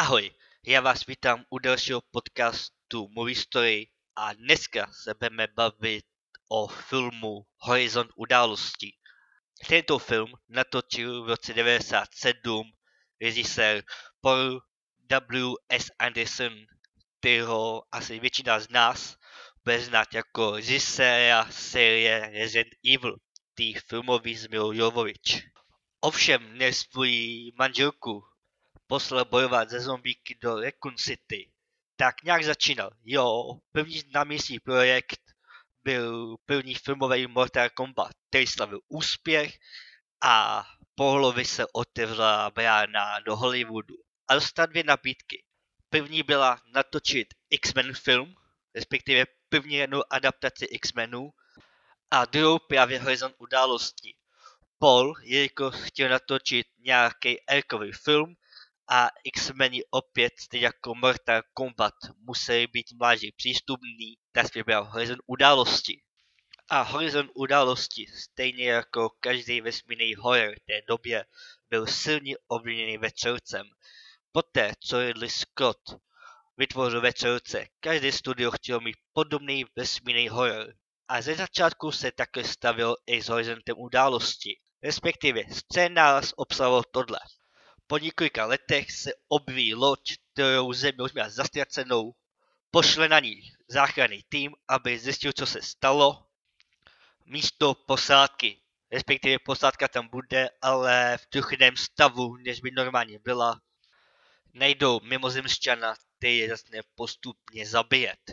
Ahoj, já vás vítám u dalšího podcastu Movie Story a dneska se budeme bavit o filmu Horizont událostí. Tento film natočil v roce 1997 režisér Paul W. S. Anderson, kterého asi většina z nás bude znát jako režiséra série Resident Evil, tý filmový z Milo Jovovich. Ovšem než svoji manželku poslal bojovat ze zombíky do Raccoon City, tak nějak začínal. První známější projekt byl první filmový Mortal Kombat, který slavil úspěch a pohlovi se otevřela brána do Hollywoodu. A dostal dvě nabídky. První byla natočit X-Men film, respektive první jednou adaptaci X-Menů, a druhou právě Horizont událostí. Paul, jelikož chtěl natočit nějaký erkový film, a X-meni opět, stejně jako Mortal Kombat, museli být mladí přístupní, tak vybral Horizont události. A Horizont události, stejně jako každý vesmírný horor v té době, byl silně ovlivněný vetřelcem. Poté, co Ridley Scott vytvořil vetřelce, každý studio chtěl mít podobný vesmírný horor. A ze začátku se také stavil i s Horizontem události, respektive scénář obsahoval tohle. Po několika letech se objeví loď, kterou Země už měla zastracenou, pošle na ní záchranný tým, aby zjistil, co se stalo. Místo posádky, respektive posádka tam bude, ale v trochu jiném stavu, než by normálně byla, najdou mimozemšťana, který je začne postupně zabíjet.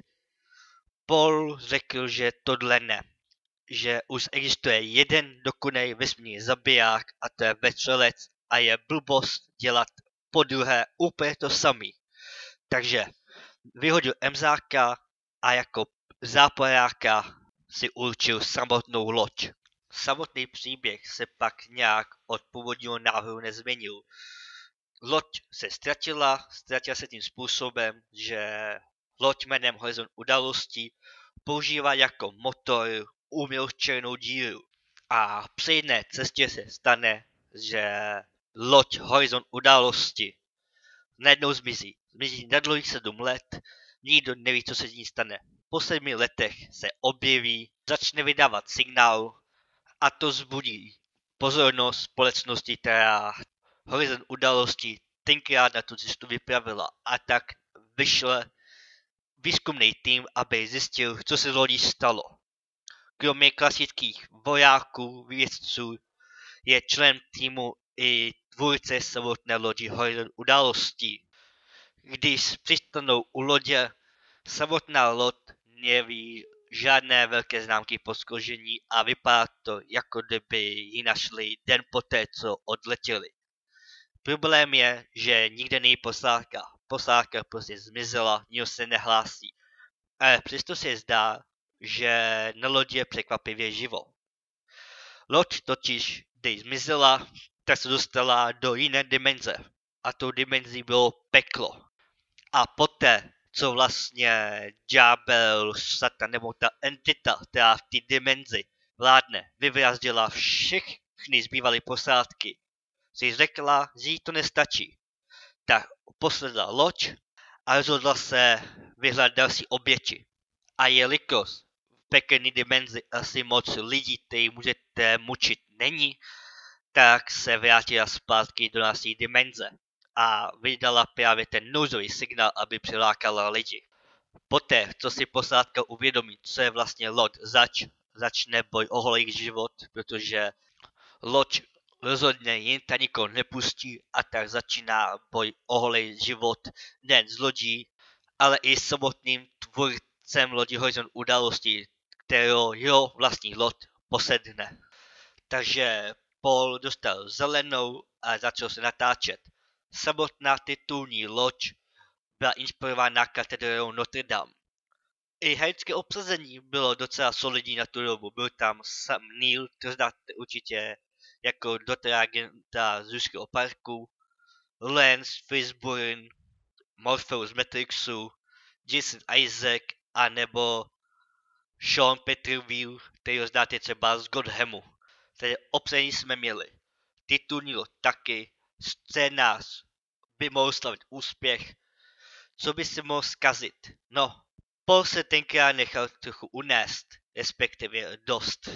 Paul řekl, že tohle ne, že už existuje jeden dokonalý vesmírný zabiják a to je vetřelec a je blbost dělat podruhé úplně to samý. Takže vyhodil Emzáka a jako záporáka si určil samotnou loď. Samotný příběh se pak nějak od původního návrhu nezměnil. Loď se ztratila se tím způsobem, že loď jménem Horizont událostí používá jako motor umělou černou díru. A při jedné cestě se stane, že loď Horizont události najednou zmizí. Zmizí na dlouhých 7 let, nikdo neví, co se z ní stane. Po 7 letech se objeví, začne vydávat signál a to vzbudí pozornost společnosti, která Horizont události tenkrát na tu cestu vypravila a tak vyšle výzkumný tým, aby zjistil, co se z lodí stalo. Kromě klasických vojáků, vědců, je člen týmu i tvůrce samotné lodi Horizont událostí. Když přistanou u lodě, samotná loď neví žádné velké známky poškození a vypadá to, jako kdyby ji našli den poté, co odletěli. Problém je, že nikde není posádka. Posádka prostě zmizela, nikdo se nehlásí. Ale přesto se zdá, že na lodi je překvapivě živo. Loď totiž, když zmizela, tak se dostala do jiné dimenze. A tou dimenzí bylo peklo. A poté, co vlastně ďábel, satan nebo ta entita, která v té dimenzi vládne, vyvraždila všechny zbývalé posádky, si řekla, že jí to nestačí. Tak posledla loď a rozhodla se vyhledat další oběti. A jelikož v pekelné dimenzi asi moc lidí, který můžete mučit, není, tak se vrátila zpátky do naší dimenze a vydala právě ten nouzový signál, aby přilákala lidi. Poté, co si posádka uvědomí, co je vlastně loď, začne boj o holý život, protože loď rozhodně jen tak nikoho nepustí a tak začíná boj o holý život nejen s lodí, ale i s samotným tvůrcem lodi Horizont událostí, kterého jeho vlastní loď posedne. Takže Paul dostal zelenou a začal se natáčet. Samotná titulní loď byla inspirována katedrou Notre Dame. I herecké obsazení bylo docela solidní na tu dobu. Byl tam Sam Neill, to znáte určitě jako doktora agenta z Ruského parku, Lance Fishburne, Morpheus z Matrixu, Jason Isaac a nebo Sean Peterville, kterýho znáte třeba z Godhamu. Takže obsazení jsme měli. Titulní loď taky, scénář by mohl slavit úspěch, co by se mohl zkazit. No, Paul se tenkrát nechal trochu unést, respektive dost.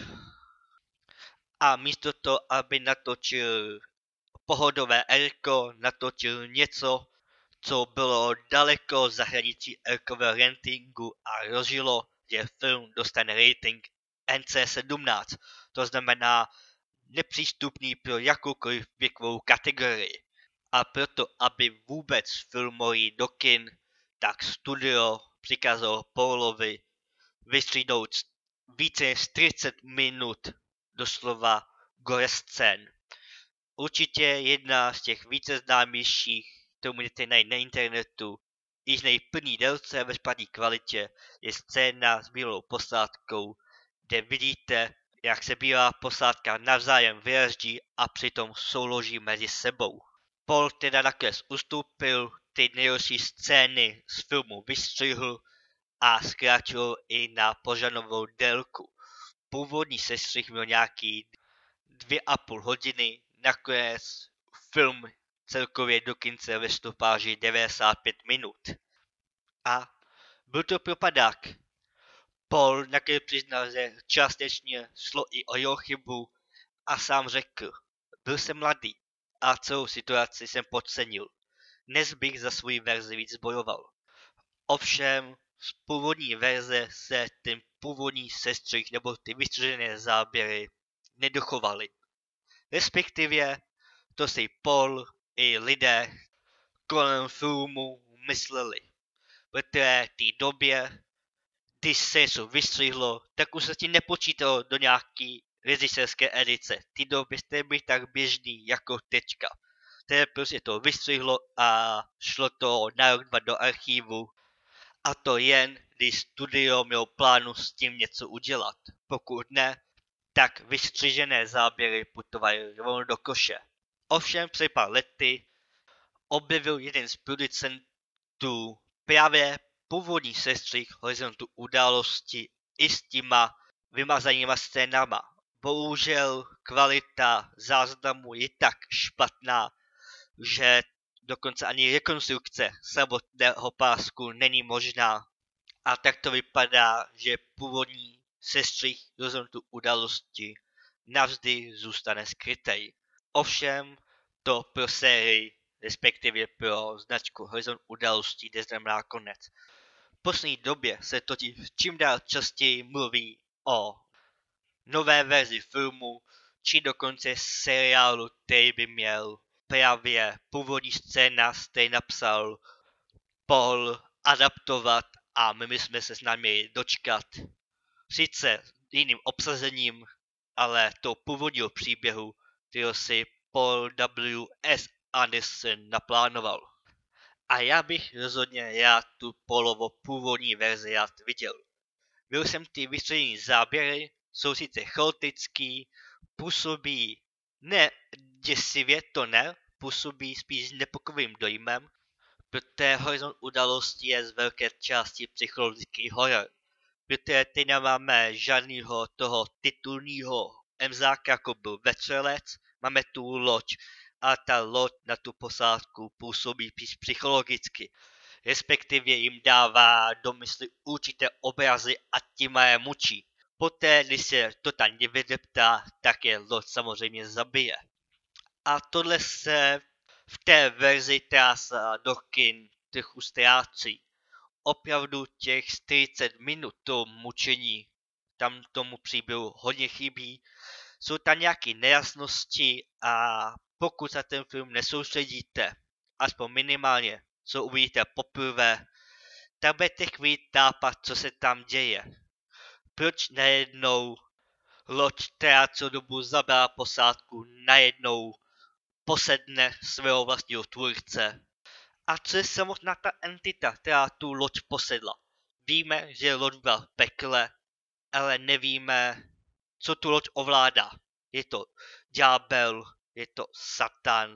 A místo toho, aby natočil pohodové erko, natočil něco, co bylo daleko za hranicí erkového ratingu a rozžilo, že film dostane rating NC-17, to znamená nepřístupný pro jakoukoliv věkovou kategorii. A proto, aby vůbec film mohl jít do kin, tak studio přikázalo Paulovi vystřídnout více než 40 minut doslova gore scén. Určitě jedna z těch více známějších, kterou můžete najít na internetu, již nejplný délce ve špatné kvalitě, je scéna s bílou posádkou, kde vidíte, jak se bílá posádka navzájem vyraždí a přitom souloží mezi sebou. Paul teda nakonec ustoupil, ty nejhorší scény z filmu vystřihl a zkrátil i na požadovanou délku. Původní sestřih měl nějaký 2,5 hodiny, nakonec film celkově do kince ve stopáži 95 minut. A byl to propadák. Paul nakonec přiznal, že částečně šlo i o jeho chybu a sám řekl, byl jsem mladý a celou situaci jsem podcenil. Dnes bych za svou verzi víc bojoval. Ovšem, z původní verze se ten původní sestřih nebo ty vystřižené záběry nedochovaly. Respektive to si Paul i lidé kolem filmu mysleli. Protože v té době, když se něco vystřihlo, tak už se ti nepočítalo do nějaký režisérské edice. V té době jste byli tak běžný jako teďka. Tedy prostě to vystřihlo a šlo to na rok, dva do archivu. A to jen, když studio mělo plánu s tím něco udělat. Pokud ne, tak vystřižené záběry putovaly rovnou do koše. Ovšem před pár lety objevil jeden z producentů právě původní sestřih Horizontu události i s těma vymazanýma scénama. Bohužel kvalita záznamu je tak špatná, že dokonce ani rekonstrukce samotného pásku není možná. A tak to vypadá, že původní sestřih Horizontu události navždy zůstane skrytej. Ovšem to pro sérii, respektive pro značku Horizont událostí neznamená konec. V poslední době se totiž čím dál častěji mluví o nové verzi filmu, či dokonce seriálu, který by měl právě původní scénář, který napsal Paul, adaptovat a my jsme se s námi dočkat. Sice jiným obsazením, ale to původního příběhu, kterého si Paul W. S. Anderson naplánoval. A já bych rozhodně rád tu Paulovo původní verzi rád viděl. Byl jsem ty vystřelený záběry, jsou sice chaotický, působí ne děsivě, to ne, působí spíš nepokojivým dojmem, protože Horizont událostí je z velké části psychologický horor. Protože teď nemáme žádného toho titulního emzáka, jako byl Vetřelec, máme tu loď a ta loď na tu posádku působí psychologicky. Respektive jim dává do mysli určité obrazy a tím je mučí. Poté, když se to tam nevydeptá, tak je loď samozřejmě zabije. A tohle se v té verzi, která se do kin trochu ztrácí. Opravdu těch 40 minut toho mučení tam tomu příběhu hodně chybí. Jsou tam nějaké nejasnosti a pokud se ten film nesoustředíte, aspoň minimálně, co uvidíte poprvé, tak budete chvíli tápat, co se tam děje. Proč najednou loď, která co dobu zabila posádku, najednou posedne svého vlastního tvůrce? A co je samotná ta entita, která tu loď posedla? Víme, že loď byla v pekle, ale nevíme, co tu loď ovládá. Je to ďábel, je to satan,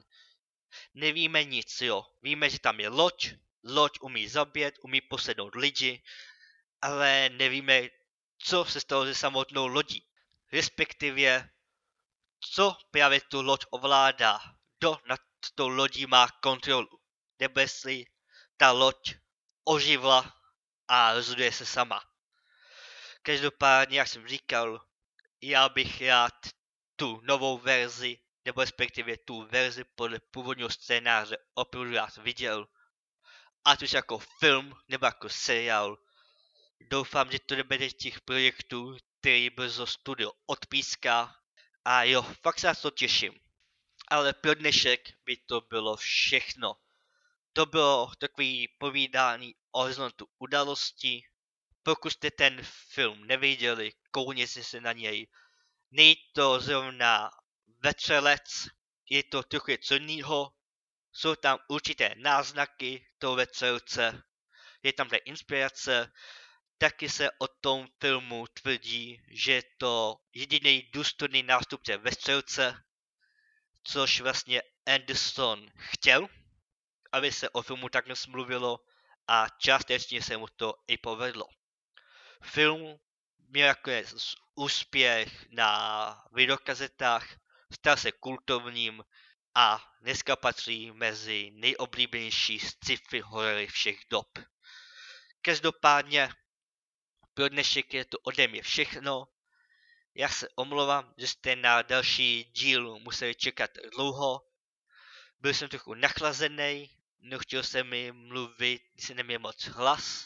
nevíme nic, jo. Víme, že tam je loď umí zabít, umí posednout lidi, ale nevíme, co se stalo se samotnou lodí. Respektive, co právě tu loď ovládá, kdo nad tou lodí má kontrolu. nebo jestli ta loď oživla a rozhoduje se sama. Každopádně, jak jsem říkal, já bych rád tu novou verzi, nebo respektive tu verzi podle původního scénáře opravdu rád viděl. Ať už jako film, nebo jako seriál. Doufám, že to nebude těch projektů, který brzo studio odpíská. A jo, fakt se na to těším. Ale pro dnešek by to bylo všechno. To bylo takový povídání o horizontu události. Pokud jste ten film neviděli, koukněte se na něj. Není to zrovna vetřelec, je to trochu něco jiného. Jsou tam určité náznaky toho vetřelce, je tam ta inspirace. Taky se o tom filmu tvrdí, že je to jediný důstojný nástupce vetřelce, což vlastně Anderson chtěl, aby se o filmu takhle mluvilo a částečně se mu to i povedlo. Film měl nakonec úspěch na videokazetách, stal se kultovním a dneska patří mezi nejoblíbenější sci-fi horory všech dob. Každopádně pro dnešek je to ode mě všechno. Já se omlouvám, že jste na další díl museli čekat dlouho. Byl jsem trochu nachlazený, nechtěl jsem mi mluvit, když jsem neměl moc hlas.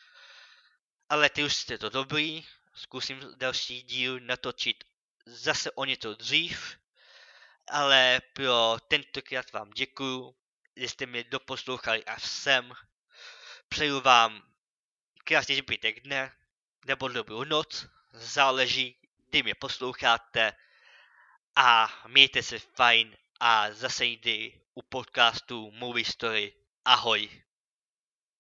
Ale ty už jste to dobrý, zkusím další díl natočit zase o něco dřív. Ale pro tentokrát vám děkuju, že jste mě doposlouchali až sem. Přeju vám krásný zbytek dne, nebo dobrou noc, záleží, kdy mě posloucháte. A mějte se fajn a zase jdi u podcastu Movie Story. Ahoj.